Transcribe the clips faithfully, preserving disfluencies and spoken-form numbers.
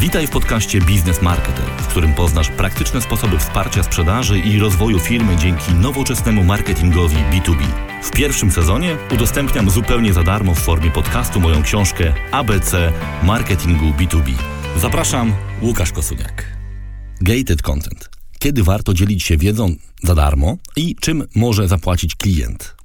Witaj w podcaście Biznes Marketer, w którym poznasz praktyczne sposoby wsparcia sprzedaży i rozwoju firmy dzięki nowoczesnemu marketingowi B dwa B. W pierwszym sezonie udostępniam zupełnie za darmo w formie podcastu moją książkę A B C Marketingu B dwa B. Zapraszam, Łukasz Kosuniak. Gated Content. Kiedy warto dzielić się wiedzą za darmo i czym może zapłacić klient?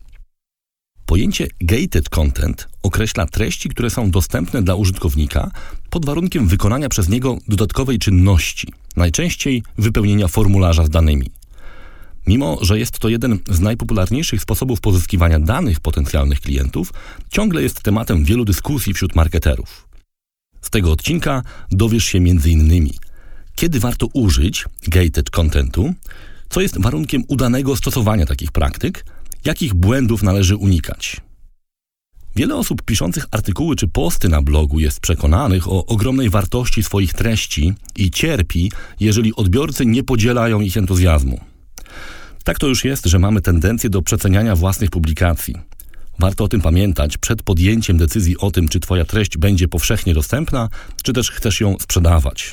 Pojęcie gated content określa treści, które są dostępne dla użytkownika pod warunkiem wykonania przez niego dodatkowej czynności, najczęściej wypełnienia formularza z danymi. Mimo że jest to jeden z najpopularniejszych sposobów pozyskiwania danych potencjalnych klientów, ciągle jest tematem wielu dyskusji wśród marketerów. Z tego odcinka dowiesz się między innymi, kiedy warto użyć gated contentu, co jest warunkiem udanego stosowania takich praktyk, jakich błędów należy unikać. Wiele osób piszących artykuły czy posty na blogu jest przekonanych o ogromnej wartości swoich treści i cierpi, jeżeli odbiorcy nie podzielają ich entuzjazmu. Tak to już jest, że mamy tendencję do przeceniania własnych publikacji. Warto o tym pamiętać przed podjęciem decyzji o tym, czy Twoja treść będzie powszechnie dostępna, czy też chcesz ją sprzedawać.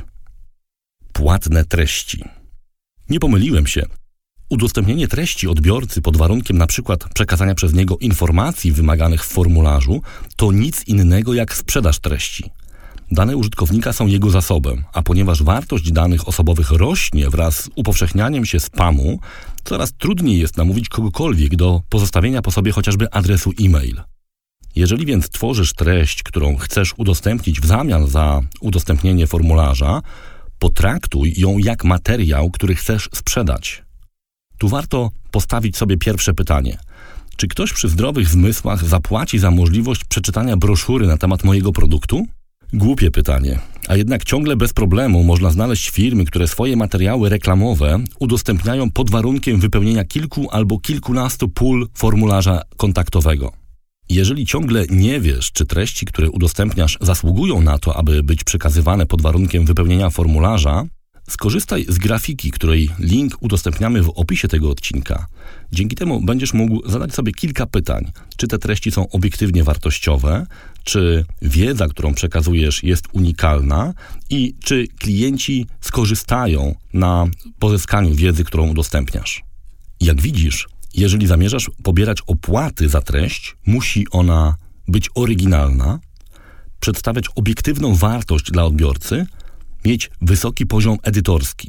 Płatne treści. Nie pomyliłem się. Udostępnienie treści odbiorcy pod warunkiem np. przekazania przez niego informacji wymaganych w formularzu to nic innego jak sprzedaż treści. Dane użytkownika są jego zasobem, a ponieważ wartość danych osobowych rośnie wraz z upowszechnianiem się spamu, coraz trudniej jest namówić kogokolwiek do pozostawienia po sobie chociażby adresu e-mail. Jeżeli więc tworzysz treść, którą chcesz udostępnić w zamian za udostępnienie formularza, potraktuj ją jak materiał, który chcesz sprzedać. Tu warto postawić sobie pierwsze pytanie. Czy ktoś przy zdrowych zmysłach zapłaci za możliwość przeczytania broszury na temat mojego produktu? Głupie pytanie, a jednak ciągle bez problemu można znaleźć firmy, które swoje materiały reklamowe udostępniają pod warunkiem wypełnienia kilku albo kilkunastu pól formularza kontaktowego. Jeżeli ciągle nie wiesz, czy treści, które udostępniasz, zasługują na to, aby być przekazywane pod warunkiem wypełnienia formularza, skorzystaj z grafiki, której link udostępniamy w opisie tego odcinka. Dzięki temu będziesz mógł zadać sobie kilka pytań. Czy te treści są obiektywnie wartościowe? Czy wiedza, którą przekazujesz, jest unikalna? I czy klienci skorzystają na pozyskaniu wiedzy, którą udostępniasz? Jak widzisz, jeżeli zamierzasz pobierać opłaty za treść, musi ona być oryginalna, przedstawiać obiektywną wartość dla odbiorcy, mieć wysoki poziom edytorski.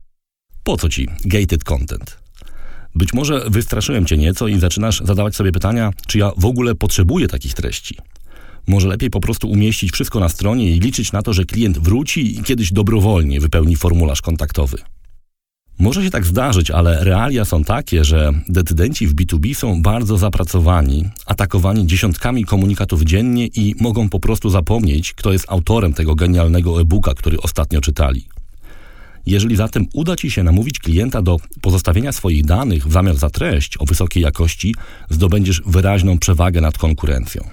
Po co Ci gated content? Być może wystraszyłem Cię nieco i zaczynasz zadawać sobie pytania, czy ja w ogóle potrzebuję takich treści. Może lepiej po prostu umieścić wszystko na stronie i liczyć na to, że klient wróci i kiedyś dobrowolnie wypełni formularz kontaktowy. Może się tak zdarzyć, ale realia są takie, że decydenci w B dwa B są bardzo zapracowani, atakowani dziesiątkami komunikatów dziennie i mogą po prostu zapomnieć, kto jest autorem tego genialnego e-booka, który ostatnio czytali. Jeżeli zatem uda Ci się namówić klienta do pozostawienia swoich danych w zamian za treść o wysokiej jakości, zdobędziesz wyraźną przewagę nad konkurencją.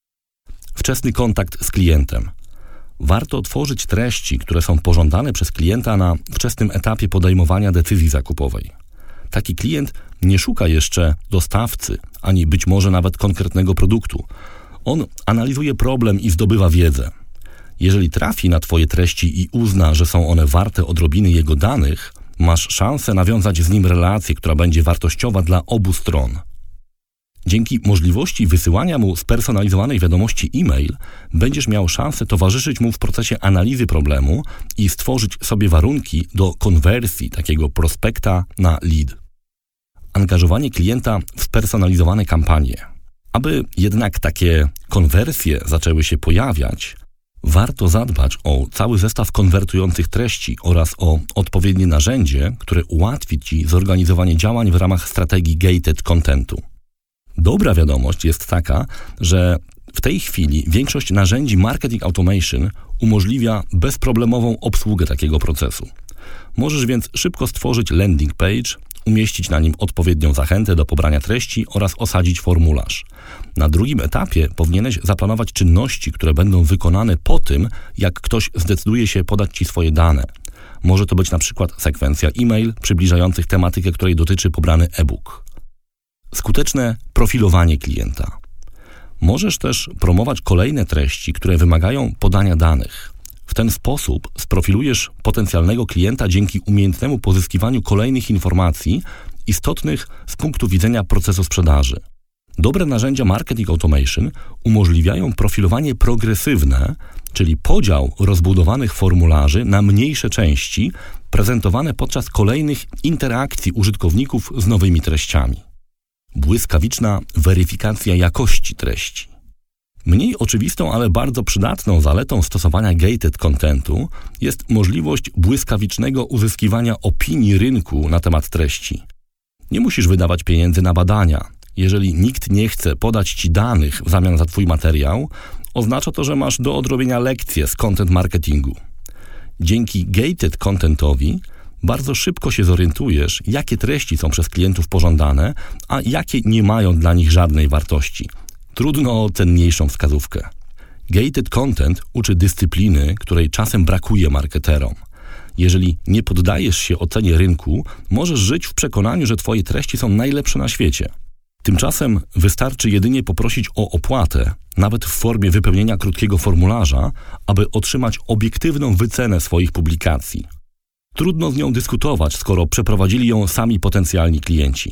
Wczesny kontakt z klientem. Warto tworzyć treści, które są pożądane przez klienta na wczesnym etapie podejmowania decyzji zakupowej. Taki klient nie szuka jeszcze dostawcy, ani być może nawet konkretnego produktu. On analizuje problem i zdobywa wiedzę. Jeżeli trafi na Twoje treści i uzna, że są one warte odrobiny jego danych, masz szansę nawiązać z nim relację, która będzie wartościowa dla obu stron. Dzięki możliwości wysyłania mu spersonalizowanej wiadomości e-mail będziesz miał szansę towarzyszyć mu w procesie analizy problemu i stworzyć sobie warunki do konwersji takiego prospekta na lead. Angażowanie klienta w spersonalizowane kampanie. Aby jednak takie konwersje zaczęły się pojawiać, warto zadbać o cały zestaw konwertujących treści oraz o odpowiednie narzędzie, które ułatwi Ci zorganizowanie działań w ramach strategii gated contentu. Dobra wiadomość jest taka, że w tej chwili większość narzędzi marketing automation umożliwia bezproblemową obsługę takiego procesu. Możesz więc szybko stworzyć landing page, umieścić na nim odpowiednią zachętę do pobrania treści oraz osadzić formularz. Na drugim etapie powinieneś zaplanować czynności, które będą wykonane po tym, jak ktoś zdecyduje się podać Ci swoje dane. Może to być na przykład sekwencja e-mail przybliżających tematykę, której dotyczy pobrany e-book. Skuteczne profilowanie klienta. Możesz też promować kolejne treści, które wymagają podania danych. W ten sposób sprofilujesz potencjalnego klienta dzięki umiejętnemu pozyskiwaniu kolejnych informacji istotnych z punktu widzenia procesu sprzedaży. Dobre narzędzia Marketing Automation umożliwiają profilowanie progresywne, czyli podział rozbudowanych formularzy na mniejsze części prezentowane podczas kolejnych interakcji użytkowników z nowymi treściami. Błyskawiczna weryfikacja jakości treści. Mniej oczywistą, ale bardzo przydatną zaletą stosowania gated contentu jest możliwość błyskawicznego uzyskiwania opinii rynku na temat treści. Nie musisz wydawać pieniędzy na badania. Jeżeli nikt nie chce podać Ci danych w zamian za Twój materiał, oznacza to, że masz do odrobienia lekcje z content marketingu. Dzięki gated contentowi bardzo szybko się zorientujesz, jakie treści są przez klientów pożądane, a jakie nie mają dla nich żadnej wartości. Trudno o cenniejszą wskazówkę. Gated content uczy dyscypliny, której czasem brakuje marketerom. Jeżeli nie poddajesz się ocenie rynku, możesz żyć w przekonaniu, że Twoje treści są najlepsze na świecie. Tymczasem wystarczy jedynie poprosić o opłatę, nawet w formie wypełnienia krótkiego formularza, aby otrzymać obiektywną wycenę swoich publikacji. Trudno z nią dyskutować, skoro przeprowadzili ją sami potencjalni klienci.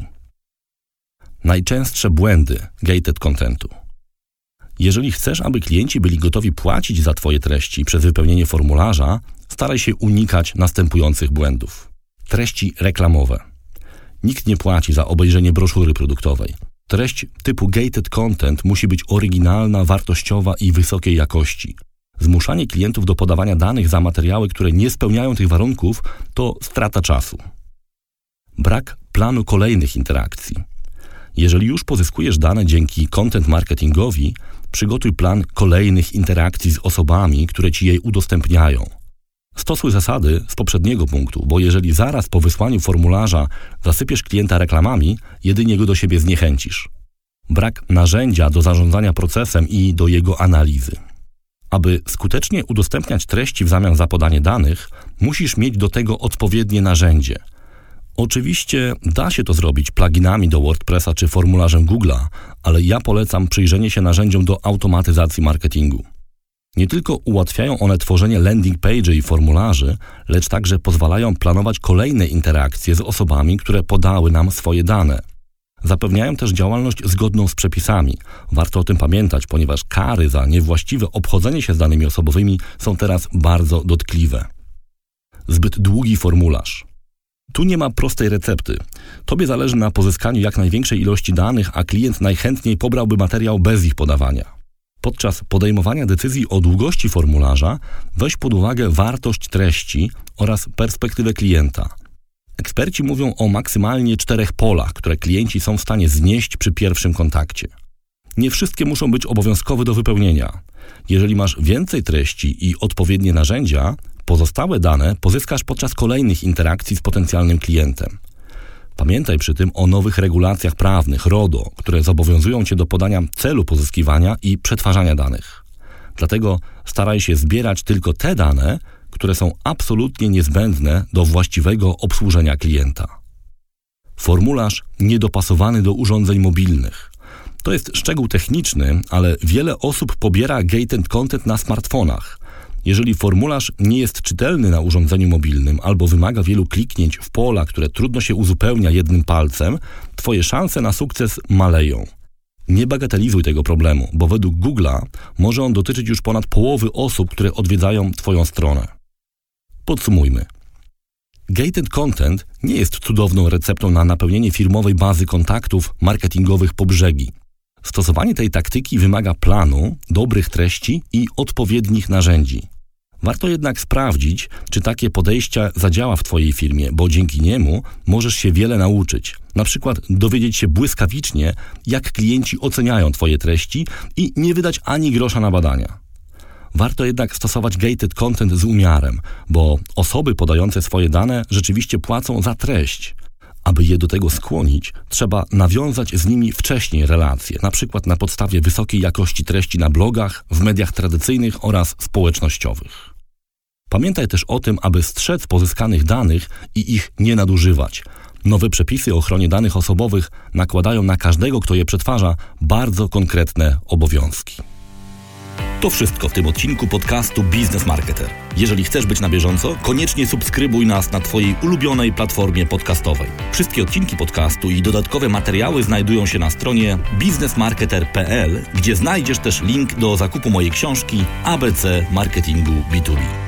Najczęstsze błędy gated contentu. Jeżeli chcesz, aby klienci byli gotowi płacić za Twoje treści przez wypełnienie formularza, staraj się unikać następujących błędów. Treści reklamowe. Nikt nie płaci za obejrzenie broszury produktowej. Treść typu gated content musi być oryginalna, wartościowa i wysokiej jakości. Zmuszanie klientów do podawania danych za materiały, które nie spełniają tych warunków, to strata czasu. Brak planu kolejnych interakcji. Jeżeli już pozyskujesz dane dzięki content marketingowi, przygotuj plan kolejnych interakcji z osobami, które Ci jej udostępniają. Stosuj zasady z poprzedniego punktu, bo jeżeli zaraz po wysłaniu formularza zasypiesz klienta reklamami, jedynie go do siebie zniechęcisz. Brak narzędzia do zarządzania procesem i do jego analizy. Aby skutecznie udostępniać treści w zamian za podanie danych, musisz mieć do tego odpowiednie narzędzie. Oczywiście da się to zrobić pluginami do WordPressa czy formularzem Google'a, ale ja polecam przyjrzenie się narzędziom do automatyzacji marketingu. Nie tylko ułatwiają one tworzenie landing page'y i formularzy, lecz także pozwalają planować kolejne interakcje z osobami, które podały nam swoje dane. Zapewniają też działalność zgodną z przepisami. Warto o tym pamiętać, ponieważ kary za niewłaściwe obchodzenie się z danymi osobowymi są teraz bardzo dotkliwe. Zbyt długi formularz. Tu nie ma prostej recepty. Tobie zależy na pozyskaniu jak największej ilości danych, a klient najchętniej pobrałby materiał bez ich podawania. Podczas podejmowania decyzji o długości formularza weź pod uwagę wartość treści oraz perspektywę klienta. Eksperci mówią o maksymalnie czterech polach, które klienci są w stanie znieść przy pierwszym kontakcie. Nie wszystkie muszą być obowiązkowe do wypełnienia. Jeżeli masz więcej treści i odpowiednie narzędzia, pozostałe dane pozyskasz podczas kolejnych interakcji z potencjalnym klientem. Pamiętaj przy tym o nowych regulacjach prawnych RODO, które zobowiązują Cię do podania celu pozyskiwania i przetwarzania danych. Dlatego staraj się zbierać tylko te dane, które są absolutnie niezbędne do właściwego obsłużenia klienta. Formularz niedopasowany do urządzeń mobilnych. To jest szczegół techniczny, ale wiele osób pobiera gated content na smartfonach. Jeżeli formularz nie jest czytelny na urządzeniu mobilnym albo wymaga wielu kliknięć w pola, które trudno się uzupełnia jednym palcem, Twoje szanse na sukces maleją. Nie bagatelizuj tego problemu, bo według Google'a może on dotyczyć już ponad połowy osób, które odwiedzają Twoją stronę. Podsumujmy. Gated content nie jest cudowną receptą na napełnienie firmowej bazy kontaktów marketingowych po brzegi. Stosowanie tej taktyki wymaga planu, dobrych treści i odpowiednich narzędzi. Warto jednak sprawdzić, czy takie podejście zadziała w Twojej firmie, bo dzięki niemu możesz się wiele nauczyć. Na przykład dowiedzieć się błyskawicznie, jak klienci oceniają Twoje treści i nie wydać ani grosza na badania. Warto jednak stosować gated content z umiarem, bo osoby podające swoje dane rzeczywiście płacą za treść. Aby je do tego skłonić, trzeba nawiązać z nimi wcześniej relacje, na przykład na podstawie wysokiej jakości treści na blogach, w mediach tradycyjnych oraz społecznościowych. Pamiętaj też o tym, aby strzec pozyskanych danych i ich nie nadużywać. Nowe przepisy o ochronie danych osobowych nakładają na każdego, kto je przetwarza, bardzo konkretne obowiązki. To wszystko w tym odcinku podcastu Biznes Marketer. Jeżeli chcesz być na bieżąco, koniecznie subskrybuj nas na Twojej ulubionej platformie podcastowej. Wszystkie odcinki podcastu i dodatkowe materiały znajdują się na stronie biznesmarketer kropka p l, gdzie znajdziesz też link do zakupu mojej książki A B C Marketingu B dwa B.